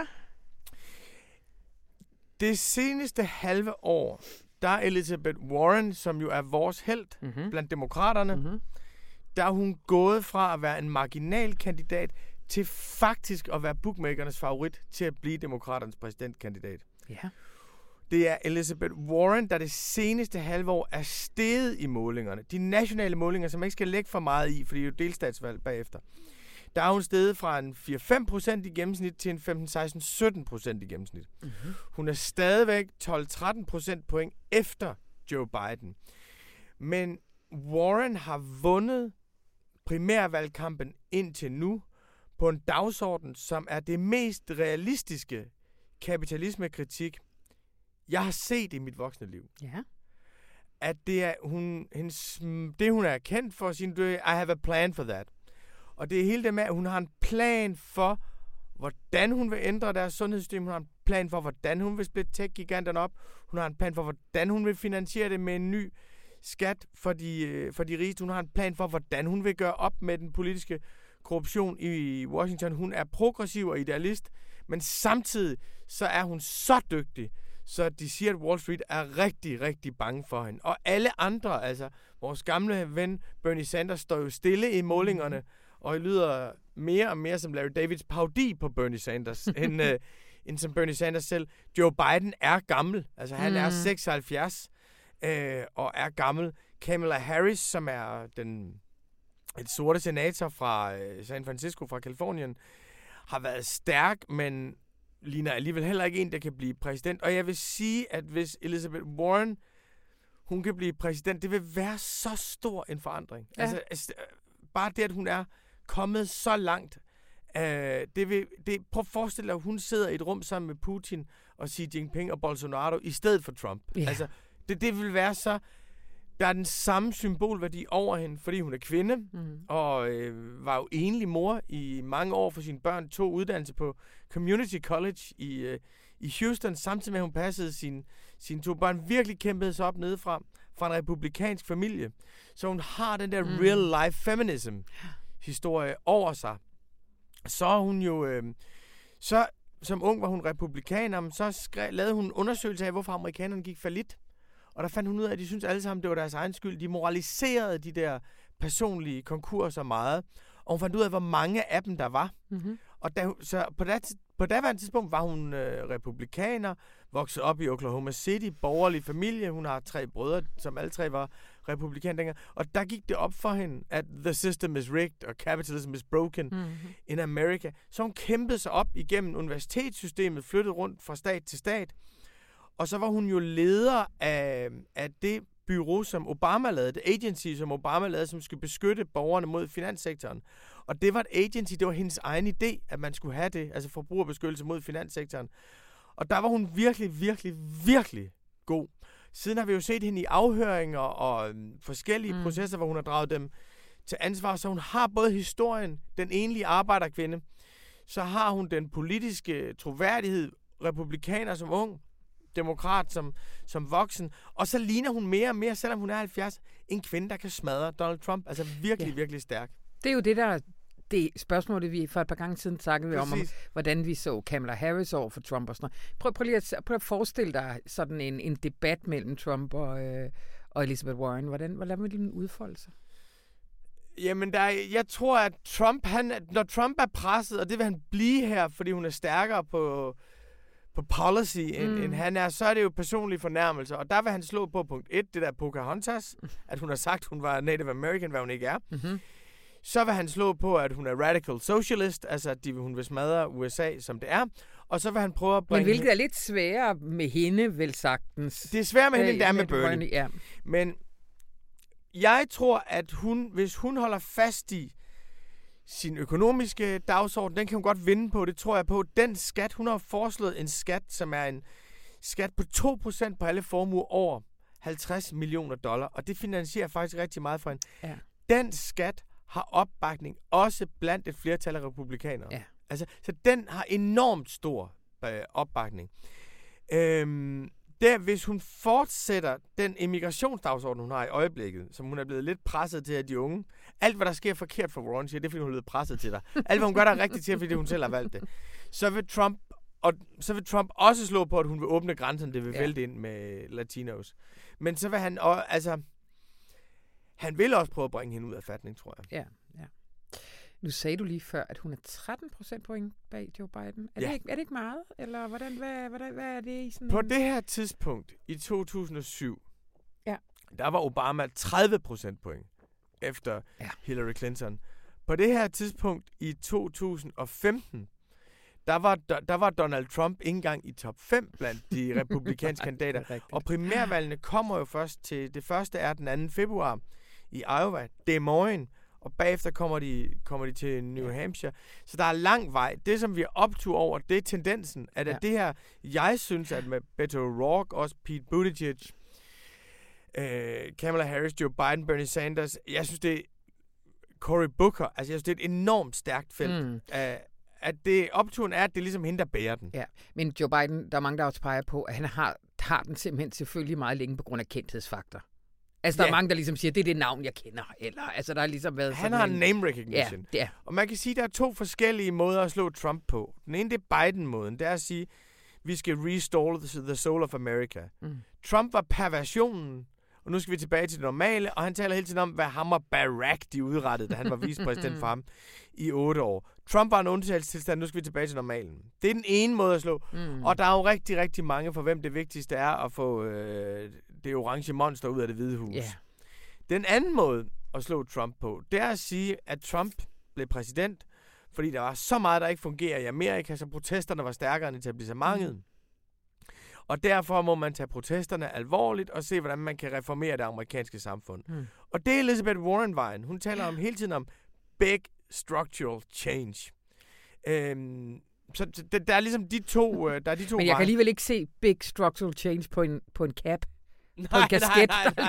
Det seneste halve år, der er Elizabeth Warren, som jo er vores helt blandt demokraterne, der er hun gået fra at være en marginalkandidat til faktisk at være bookmakernes favorit til at blive demokraternes præsidentkandidat. Ja. Det er Elizabeth Warren, der det seneste halve år er steget i målingerne. De nationale målinger, som man ikke skal lægge for meget i, fordi det er jo delstatsvalg bagefter. Der er hun steget fra en 4-5% i gennemsnit til en 15-16-17% i gennemsnit. Hun er stadigvæk 12-13% point efter Joe Biden. Men Warren har vundet primærvalgkampen indtil nu på en dagsorden, som er det mest realistiske kapitalismekritik, jeg har set i mit voksne liv. Ja. At det er det hun er kendt for, sin I have a plan for that. Og det er hele det med, at hun har en plan for, hvordan hun vil ændre deres sundhedssystem. Hun har en plan for, hvordan hun vil splitte tech-giganterne op. Hun har en plan for, hvordan hun vil finansiere det med en ny skat for de rigeste. Hun har en plan for, hvordan hun vil gøre op med den politiske korruption i Washington. Hun er progressiv og idealist, men samtidig så er hun så dygtig, så de siger, at Wall Street er rigtig, rigtig bange for hende. Og alle andre, altså vores gamle ven Bernie Sanders, står jo stille i målingerne, og lyder mere og mere som Larry Davids parodi på Bernie Sanders, end som Bernie Sanders selv. Joe Biden er gammel, altså han er 76 og er gammel. Kamala Harris, som er et sorte senator fra San Francisco, fra Kalifornien, har været stærk, men ligner alligevel heller ikke en, der kan blive præsident. Og jeg vil sige, at hvis Elizabeth Warren, hun kan blive præsident, det vil være så stor en forandring. Ja. Altså, bare det, at hun er kommet så langt. Prøv at forestille dig, at hun sidder i et rum sammen med Putin og Xi Jinping og Bolsonaro i stedet for Trump. Yeah. Altså, det vil være så... Der er den samme symbolværdi over hende, fordi hun er kvinde, og var jo enlig mor i mange år for sine børn, tog uddannelse på Community College i Houston, samtidig med, at hun passede sine 2 børn, virkelig kæmpede sig op nedefra fra en republikansk familie. Så hun har den der real-life feminism-historie over sig. Så er hun jo... som ung var hun republikaner, men så lavede hun en undersøgelse af, hvorfor amerikanerne gik fallit. Og der fandt hun ud af, at de syntes alle sammen, det var deres egen skyld. De moraliserede de der personlige konkurser meget. Og hun fandt ud af, hvor mange af dem der var. Mm-hmm. Og på daværende tidspunkt var hun republikaner, vokset op i Oklahoma City, borgerlig familie. Hun har 3 brødre, som alle 3 var republikanere. Og der gik det op for hende, at the system is rigged, og capitalism is broken in America. Så hun kæmpede sig op igennem universitetssystemet, flyttede rundt fra stat til stat. Og så var hun jo leder af det bureau, som Obama lavede, det agency, som Obama lavede, som skulle beskytte borgerne mod finanssektoren. Og det var et agency, det var hendes egen idé, at man skulle have det, altså forbrugerbeskyttelse mod finanssektoren. Og der var hun virkelig, virkelig, virkelig god. Siden har vi jo set hende i afhøringer og forskellige processer, hvor hun har draget dem til ansvar. Så hun har både historien, den enlige arbejderkvinde, så har hun den politiske troværdighed, republikaner som ung, demokrat som voksen, og så ligner hun mere og mere, selvom hun er 70, en kvinde, der kan smadre Donald Trump. Altså virkelig, virkelig stærk. Det er jo det spørgsmålet, vi for et par gange siden snakkede om, hvordan vi så Kamala Harris over for Trump og sådan noget. Prøv lige at forestille dig sådan en debat mellem Trump og Elizabeth Warren. Hvordan vil den udfolde sig? Jamen, jeg tror, at når Trump er presset, og det vil han blive her, fordi hun er stærkere på policy, end han er, så er det jo personlige fornærmelser. Og der vil han slå på punkt 1, det der Pocahontas, at hun har sagt, hun var Native American, hvad hun ikke er. Mm-hmm. Så vil han slå på, at hun er radical socialist, altså at hun vil smadre USA, som det er. Og så vil han prøve at bringe... Men hvilket er lidt sværere med hende, vel sagtens. Det er sværere med hende, end det er med Bernie. Ja. Men jeg tror, at hvis hun holder fast i sin økonomiske dagsorden, den kan hun godt vinde på, det tror jeg på. Den skat, hun har foreslået en skat, som er en skat på 2% på alle formuer over $50 million, og det finansierer faktisk rigtig meget for hende. Ja. Den skat har opbakning også blandt et flertal af republikanere. Ja. Altså, så den har enormt stor opbakning. Hvis hun fortsætter den immigrationsdagsorden, hun har i øjeblikket, som hun er blevet lidt presset til af de unge, alt hvad der sker forkert for Warren, siger, det er fordi hun er blevet presset til dig. Alt hvad hun gør, der er rigtigt til, fordi hun selv har valgt det. Så vil Trump også slå på, at hun vil åbne grænserne, det vil vælte ind med latinos. Men så vil han han vil også prøve at bringe hende ud af fatning, tror jeg. Ja. Nu sagde du lige før, at hun er 13% point bag Joe Biden. Er det ikke meget? Eller hvad er det i sådan På det her tidspunkt i 2007, der var Obama 30% point efter Hillary Clinton. På det her tidspunkt i 2015, der var Donald Trump ikke engang i top 5 blandt de republikanske kandidater. Og primærvalgene kommer jo først til, det første er den 2. februar i Iowa, Des Moines, og bagefter kommer de til New Hampshire. Så der er lang vej. Det, som vi er optur over, det er tendensen, at det her, jeg synes, at med Beto O'Rourke, også Pete Buttigieg, Kamala Harris, Joe Biden, Bernie Sanders, jeg synes, det er Cory Booker, altså jeg synes, det er et enormt stærkt felt. At det opturen er, at det er ligesom hende, der bærer den. Ja, men Joe Biden, der er mange, der også peger på, at han har den simpelthen selvfølgelig meget længe på grund af kendthedsfaktor. Altså, der er mange, der ligesom siger, det er det navn, jeg kender. Eller, altså, der har ligesom været han har name recognition. Ja. Og man kan sige, at der er 2 forskellige måder at slå Trump på. Den ene, det er Biden-måden. Det er at sige, vi skal restore the soul of America. Trump var perversionen, og nu skal vi tilbage til det normale, og han taler hele tiden om, hvad ham og Barack de udrettede, da han var vicepræsident for ham i 8 år. Trump var en undtagelsestilstand, nu skal vi tilbage til normalen. Det er den ene måde at slå. Og der er jo rigtig, rigtig mange, for hvem det vigtigste er at få det orange monster ud af Det Hvide Hus. Den anden måde at slå Trump på, det er at sige, at Trump blev præsident, fordi der var så meget, der ikke fungerer i Amerika, så protesterne var stærkere end etablissementet. Og derfor må man tage protesterne alvorligt og se, hvordan man kan reformere det amerikanske samfund. Og det er Elizabeth Warren-vejen. Hun taler hele tiden om big structural change. Så der er ligesom de to Men jeg veje. kan alligevel ikke se big structural change på en cap. På en kasket.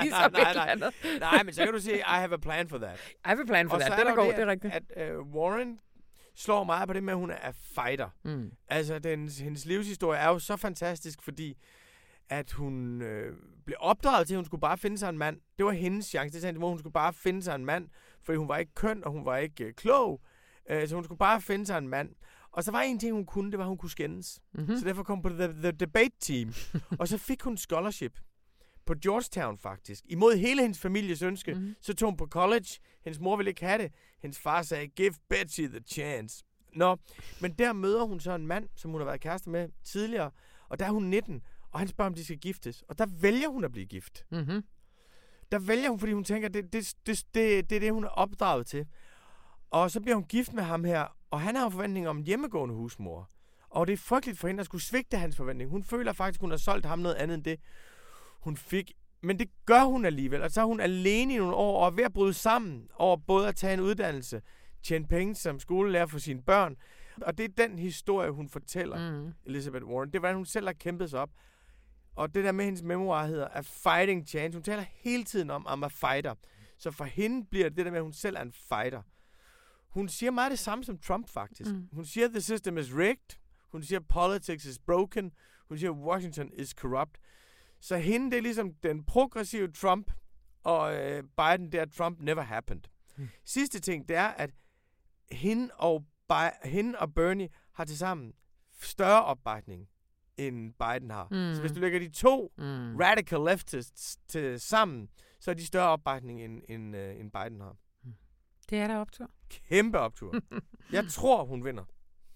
Nej, men så kan du sige, I have a plan for that. I have a plan for that. Det er det er rigtigt. At Warren slår meget på det med, at hun er fighter. Altså, hendes livshistorie er jo så fantastisk, fordi at hun blev opdraget til, at hun skulle bare finde sig en mand. Det var hendes chance. Det var, hun skulle bare finde sig en mand, fordi hun var ikke køn, og hun var ikke klog. Så hun skulle bare finde sig en mand. Og så var en ting, hun kunne, det var, at hun kunne skændes. Så derfor kom på the debate team. Og så fik hun scholarship på Georgetown, faktisk. Imod hele hendes families ønske. Så tog hun på college. Hendes mor ville ikke have det. Hendes far sagde, give Betsy the chance. Men der møder hun så en mand, som hun har været kæreste med tidligere. Og der er hun 19, og han spørger, om de skal giftes. Og der vælger hun at blive gift. Der vælger hun, fordi hun tænker, det er det, hun er opdraget til. Og så bliver hun gift med ham her, og han har jo forventninger om en hjemmegående husmor. Og det er frygteligt for hende at skulle svigte hans forventning. Hun føler faktisk, hun har solgt ham noget andet end det, hun fik. Men det gør hun alligevel, og så er hun alene i nogle år og er ved at bryde sammen over både at tage en uddannelse, tjene penge som skolelærer for sine børn. Og det er den historie, hun fortæller, Elizabeth Warren. Det er, hvordan hun selv har kæmpet sig op. Og det der med hendes memoir hedder A Fighting Chance. Hun taler hele tiden om, I'm a fighter. Så for hende bliver det der med, at hun selv er en fighter. Hun siger meget det samme som Trump, faktisk. Hun siger, the system is rigged. Hun siger, politics is broken. Hun siger, Washington is corrupt. Så hende, det er ligesom den progressive Trump, og Biden, det er Trump never happened. Sidste ting, det er, at hende og Bernie har tilsammen større opbakning, end Biden har. Så hvis du lægger de 2 radical leftists til sammen, så er de større opbakning, end Biden har. Det er der optur. Kæmpe optur. Jeg tror, hun vinder.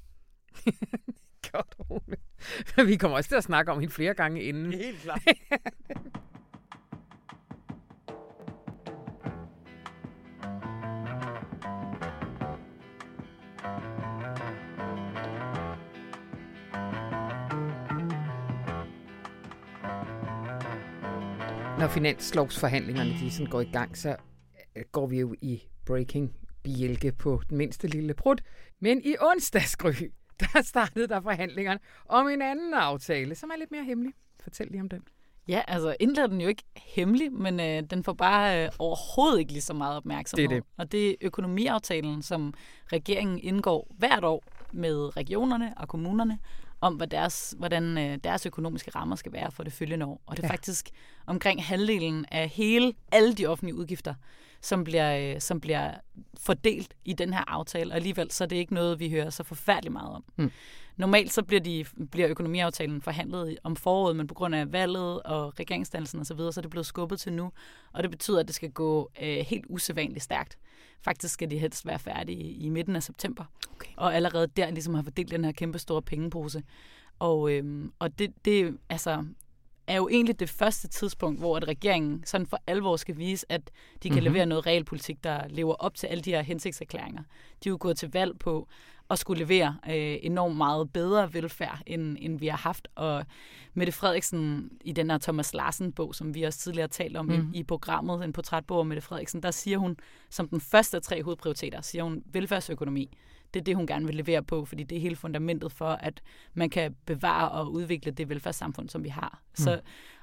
Godt, Rune. Vi kommer også til at snakke om hende flere gange inden. Helt klart. Når finanslovsforhandlingerne de sådan går i gang, så går vi jo i breaking bjælke på den mindste lille prut. Men i onsdags, Gry, der startede der forhandlingerne om en anden aftale, som er lidt mere hemmelig. Fortæl lige om den. Ja, altså indtil er den jo ikke hemmelig, men den får bare overhovedet ikke lige så meget opmærksomhed. Det er det. Og det er økonomiaftalen, som regeringen indgår hvert år med regionerne og kommunerne, om hvordan deres økonomiske rammer skal være for det følgende år. Og det er faktisk omkring halvdelen af alle de offentlige udgifter, som bliver fordelt i den her aftale. Og alligevel så er det ikke noget, vi hører så forfærdeligt meget om. Normalt så bliver økonomiaftalen forhandlet om foråret, men på grund af valget og regeringsdannelsen osv., så er det blevet skubbet til nu. Og det betyder, at det skal gå helt usædvanligt stærkt. Faktisk skal de helst være færdige i midten af september. Okay. Og allerede der ligesom har fordelt den her kæmpe store pengepose. Og det altså er jo egentlig det første tidspunkt, hvor at regeringen sådan for alvor skal vise, at de kan levere noget realpolitik, der lever op til alle de her hensigtserklæringer. De er jo gået til valg på at skulle levere enormt meget bedre velfærd, end vi har haft. Og Mette Frederiksen i den her Thomas Larsen-bog, som vi også tidligere har talt om i programmet, en portrætbog om Mette Frederiksen, der siger hun, som den første af 3 hovedprioriteter, siger hun velfærdsøkonomi. Det er det, hun gerne vil levere på, fordi det er hele fundamentet for, at man kan bevare og udvikle det velfærdssamfund, som vi har. Så,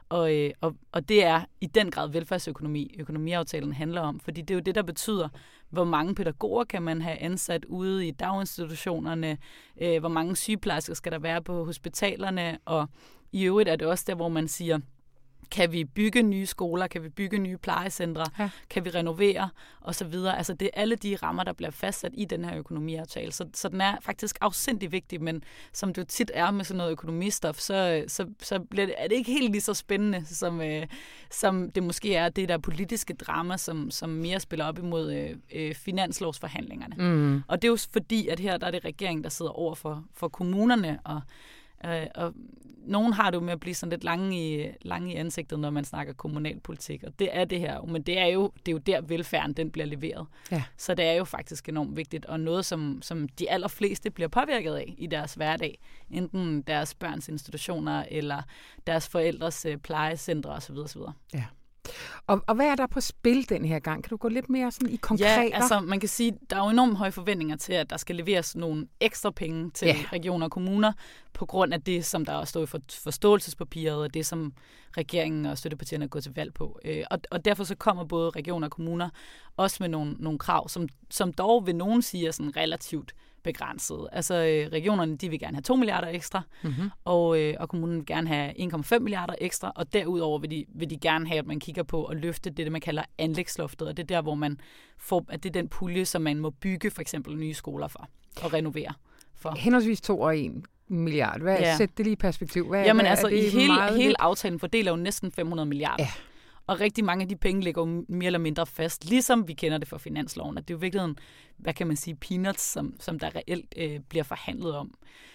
og det er i den grad velfærdsøkonomi, økonomiaftalen handler om, fordi det er jo det, der betyder, hvor mange pædagoger kan man have ansat ude i daginstitutionerne, hvor mange sygeplejersker skal der være på hospitalerne, og i øvrigt er det også der, hvor man siger, kan vi bygge nye skoler, kan vi bygge nye plejecentre, kan vi renovere osv. Altså det er alle de rammer, der bliver fastsat i den her økonomiaftale. Så den er faktisk afsindig vigtig, men som det jo tit er med sådan noget økonomistof, så er det ikke helt lige så spændende, som det måske er det der politiske drama, som mere spiller op imod finanslovsforhandlingerne. Og det er jo fordi, at her der er det regeringen, der sidder over for kommunerne, og nogen har det jo med at blive sådan lidt lange i ansigtet, når man snakker kommunalpolitik, og det er det her. Men det er jo der velfærden den bliver leveret. Ja. Så det er jo faktisk enormt vigtigt, og noget, som de allerfleste bliver påvirket af i deres hverdag. Enten deres børns institutioner, eller deres forældres plejecentre osv. osv. Ja. Og hvad er der på spil den her gang? Kan du gå lidt mere sådan i konkreter? Ja, altså man kan sige, der er jo enormt høje forventninger til, at der skal leveres nogle ekstra penge til regioner og kommuner, på grund af det, som der også står i forståelsespapiret, og det, som regeringen og støttepartierne er gået til valg på. Og derfor så kommer både regioner og kommuner også med nogle krav, som dog vil nogen sige er sådan relativt begrænset. Altså regionerne, de vil gerne have 2 milliarder ekstra, og kommunen vil gerne have 1,5 milliarder ekstra, og derudover vil de gerne have, at man kigger på at løfte det man kalder anlægsloftet, og det er der, hvor man får, at det er den pulje, som man må bygge for eksempel nye skoler for, og renovere for. Henholdsvis 2 og 1 milliard. Sæt det lige i perspektiv. Jamen altså, hele aftalen fordeler jo næsten 500 milliarder. Ja. Og rigtig mange af de penge ligger jo mere eller mindre fast, ligesom vi kender det fra finansloven. At det er jo virkelig hvad kan man sige, peanuts, som der reelt bliver forhandlet om.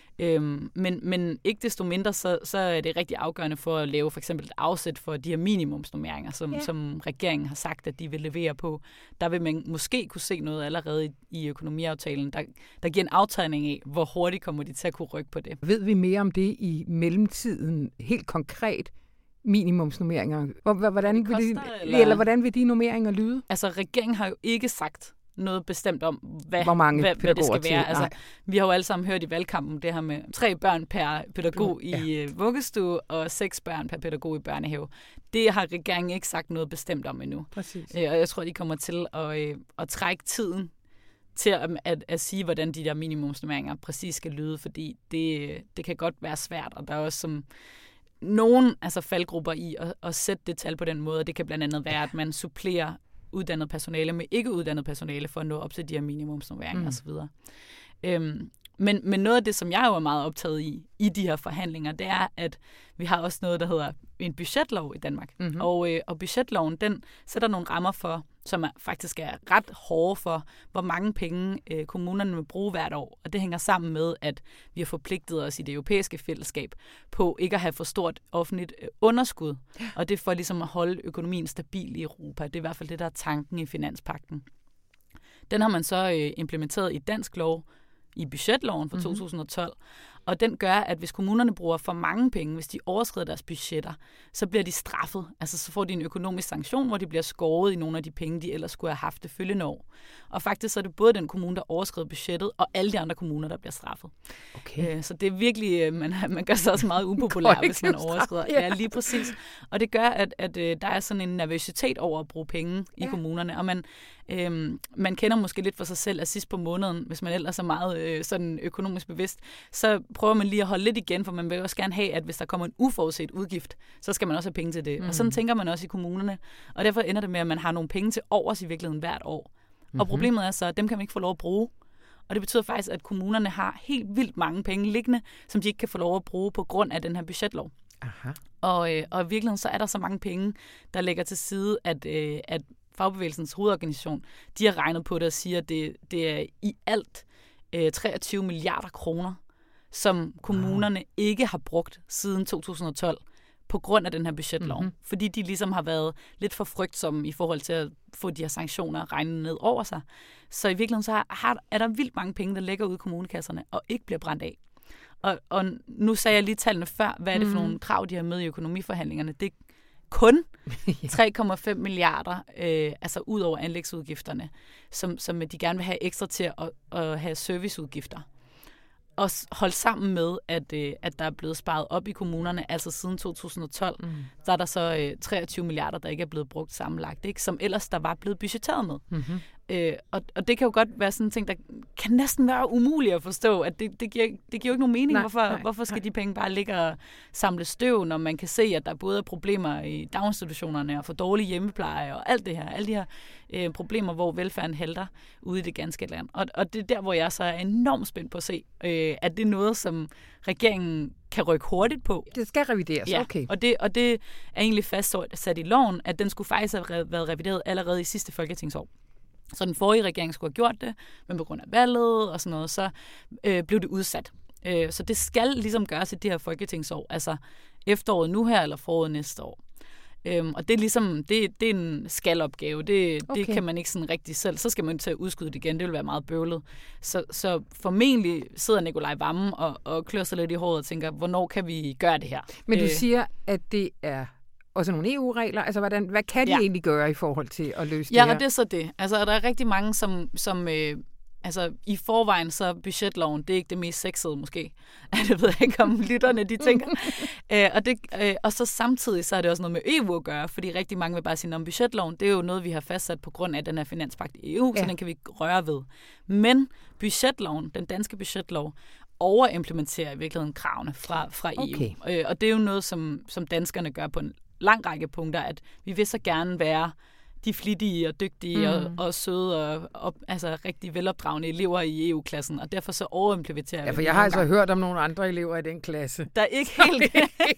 Men ikke desto mindre, så er det rigtig afgørende for at lave for eksempel et afsæt for de her minimumsnormeringer, som regeringen har sagt, at de vil levere på. Der vil man måske kunne se noget allerede i økonomiaftalen, der giver en aftegning af, hvor hurtigt kommer de til at kunne rykke på det. Ved vi mere om det i mellemtiden, helt konkret? Minimumsnormeringer. Hvordan vil de normeringer lyde? Altså, regeringen har jo ikke sagt noget bestemt om, hvad det skal være. Altså, vi har jo alle sammen hørt i valgkampen det her med 3 børn per pædagog i vuggestue og 6 børn per pædagog i børnehave. Det har regeringen ikke sagt noget bestemt om endnu. Præcis. Og jeg tror, de kommer til at trække tiden til at sige, hvordan de der minimumsnormeringer præcis skal lyde, fordi det kan godt være svært, og der er også nogle faldgrupper i at sætte det tal på den måde. Det kan blandt andet være, at man supplerer uddannet personale med ikke uddannet personale for at nå op til de her minimumsnormeringer osv. Men noget af det, som jeg jo er meget optaget i de her forhandlinger, det er, at vi har også noget, der hedder en budgetlov i Danmark. Og budgetloven, den sætter nogle rammer for, som faktisk er ret hårde for, hvor mange penge kommunerne vil bruge hvert år. Og det hænger sammen med, at vi har forpligtet os i det europæiske fællesskab på ikke at have for stort offentligt underskud. Og det er for ligesom at holde økonomien stabil i Europa. Det er i hvert fald det, der er tanken i finanspagten. Den har man så implementeret i dansk lov, i budgetloven for 2012, og den gør, at hvis kommunerne bruger for mange penge, hvis de overskrider deres budgetter, så bliver de straffet. Altså så får de en økonomisk sanktion, hvor de bliver skåret i nogle af de penge, de ellers skulle have haft det følgende år. Og faktisk så er det både den kommune, der overskrider budgettet, og alle de andre kommuner, der bliver straffet. Okay. Så det er virkelig, man gør sig også meget upopulær, hvis man overskrider. Ja, lige præcis. Og det gør, at der er sådan en nervøsitet over at bruge penge i kommunerne, og man kender måske lidt for sig selv, at sidst på måneden, hvis man ellers er meget sådan økonomisk bevidst, så prøver man lige at holde lidt igen, for man vil også gerne have, at hvis der kommer en uforudset udgift, så skal man også have penge til det. Og sådan tænker man også i kommunerne. Og derfor ender det med, at man har nogle penge til overs i virkeligheden hvert år. Og problemet er så, at dem kan man ikke få lov at bruge. Og det betyder faktisk, at kommunerne har helt vildt mange penge liggende, som de ikke kan få lov at bruge på grund af den her budgetlov. Aha. Og i virkeligheden så er der så mange penge, der ligger til side, at Fagbevægelsens hovedorganisation, de har regnet på det og siger, at det er i alt 23 milliarder kroner, som kommunerne ikke har brugt siden 2012 på grund af den her budgetlov. Mm-hmm. Fordi de ligesom har været lidt for frygtsomme i forhold til at få de her sanktioner regnet ned over sig. Så i virkeligheden så er der vildt mange penge, der ligger ude i kommunekasserne og ikke bliver brændt af. Og nu sagde jeg lige tallene før. Hvad er det for nogle krav, de har med i økonomiforhandlingerne? Det er kun 3,5 milliarder, altså ud over anlægsudgifterne, som de gerne vil have ekstra til at have serviceudgifter. Og holde sammen med, at der er blevet sparet op i kommunerne, altså siden 2012, der er der så 23 milliarder, der ikke er blevet brugt sammenlagt, ikke? Som ellers der var blevet budgetteret med. Mm-hmm. Og det kan jo godt være sådan en ting, der kan næsten være umuligt at forstå, at det giver jo ikke nogen mening. Hvorfor skal de penge bare ligge og samle støv, når man kan se, at der både er problemer i daginstitutionerne og for dårlig hjemmepleje og alt det her, alle de her problemer, hvor velfærden halter ude i det ganske land. Og det er der, hvor jeg så er enormt spændt på at se, at det er noget, som regeringen kan rykke hurtigt på. Det skal revideres, ja, okay. Og det er egentlig fastsat i loven, at den skulle faktisk have været revideret allerede i sidste folketingsår. Så den forrige regering skulle have gjort det, men på grund af valget og sådan noget, så blev det udsat. Så det skal ligesom gøres i det her folketingsår, altså efteråret nu her eller foråret næste år. Og det er ligesom, det er en skalopgave. Det kan man ikke sådan rigtig selv. Så skal man til at udskyde det igen. Det vil være meget bøvlet. Så formentlig sidder Nikolaj Wammen og klør sig lidt i håret og tænker, hvornår kan vi gøre det her? Men du siger, at det er også nogle EU-regler. Altså, hvad kan de egentlig gøre i forhold til at løse det her? Ja, og det er så det. Altså, der er rigtig mange, som altså, i forvejen så budgetloven, det er ikke det mest sexede måske. Det ved jeg ikke, om lytterne de tænker. Og så samtidig så er det også noget med EU at gøre, fordi rigtig mange vil bare sige, om budgetloven, det er jo noget, vi har fastsat på grund af den her finanspagt i EU, så den kan vi ikke røre ved. Men budgetloven, den danske budgetlov, overimplementerer i virkeligheden kravene fra EU. Okay. Og det er jo noget, som danskerne gør på en lang række punkter, at vi vil så gerne være de flittige og dygtige og søde og altså rigtig velopdragende elever i EU-klassen, og derfor så overimplementerer vi. Ja, for jeg har altså hørt om nogle andre elever i den klasse. Der er ikke helt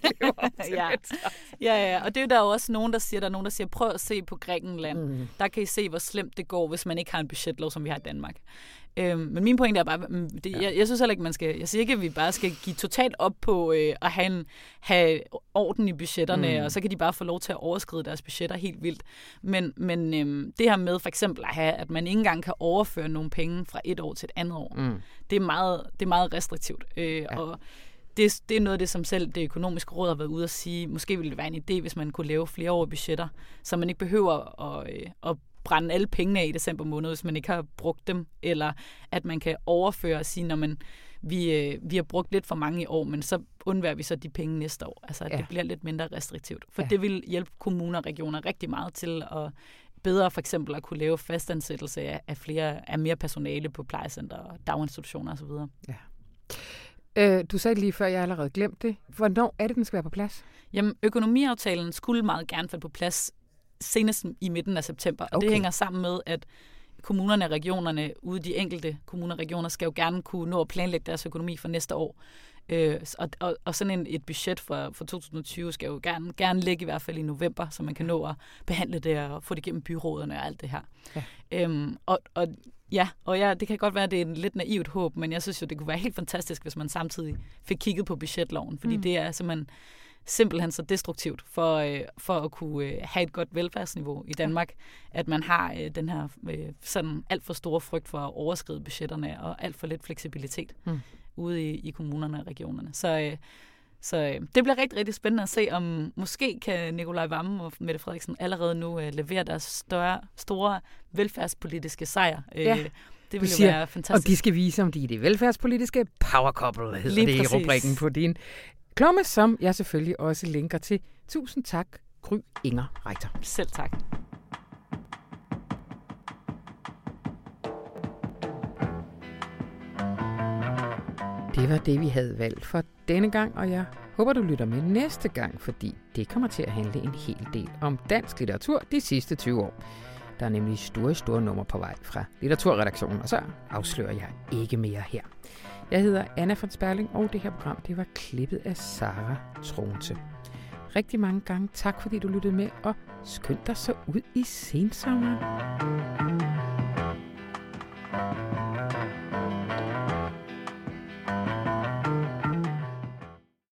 ja, og det er der jo også nogen, der siger, prøv at se på Grækenland. Der kan I se, hvor slemt det går, hvis man ikke har en budgetlov, som vi har i Danmark. Men min pointe er bare, jeg synes heller ikke, jeg siger ikke, at vi bare skal give totalt op på at have orden i budgetterne, og så kan de bare få lov til at overskride deres budgetter helt vildt. Men det her med for eksempel at man ikke engang kan overføre nogle penge fra et år til et andet år, det er meget restriktivt. Og det er noget af det, som selv det økonomiske råd har været ude at sige, måske ville det være en idé, hvis man kunne lave flereårige budgetter, så man ikke behøver at brænde alle pengene af i december måned, hvis man ikke har brugt dem, eller at man kan overføre og sige, når vi har brugt lidt for mange i år, men så undværer vi så de penge næste år. Altså, at det bliver lidt mindre restriktivt. For det vil hjælpe kommuner og regioner rigtig meget til at bedre for eksempel at kunne lave fastansættelse af mere personale på plejecenter og daginstitutioner osv. Ja. Du sagde lige før, jeg allerede glemt det. Hvornår er det, den skal være på plads? Jamen, økonomiaftalen skulle meget gerne falde på plads senest i midten af september. Og det hænger sammen med, at kommunerne og regionerne ude de enkelte kommuner og regioner skal jo gerne kunne nå at planlægge deres økonomi for næste år. Og sådan et budget for 2020 skal jo gerne ligge i hvert fald i november, så man kan nå at behandle det og få det igennem byrådene og alt det her. Ja. Det kan godt være, at det er et lidt naivt håb, men jeg synes jo, det kunne være helt fantastisk, hvis man samtidig fik kigget på budgetloven, fordi det er simpelthen så destruktivt for at kunne have et godt velfærdsniveau i Danmark, at man har den her sådan alt for store frygt for at overskride budgetterne og alt for lidt fleksibilitet ude i kommunerne og regionerne. Så det bliver rigtig, rigtig spændende at se, om måske kan Nikolaj Wammen og Mette Frederiksen allerede nu levere deres store velfærdspolitiske sejr. Det vil jo være fantastisk. Og de skal vise, om de er det velfærdspolitiske power couple, hedder det i rubrikken på din klumme, som jeg selvfølgelig også linker til. Tusind tak, Gry Inger Reiter. Selv tak. Det var det, vi havde valgt for denne gang, og jeg håber, du lytter med næste gang, fordi det kommer til at handle en hel del om dansk litteratur de sidste 20 år. Der er nemlig store numre på vej fra litteraturredaktionen, og så afslører jeg ikke mere her. Jeg hedder Anna von Sperling, og det her program det var klippet af Sara Tronte. Rigtig mange gange tak, fordi du lyttede med, og skynd dig så ud i sensommeren.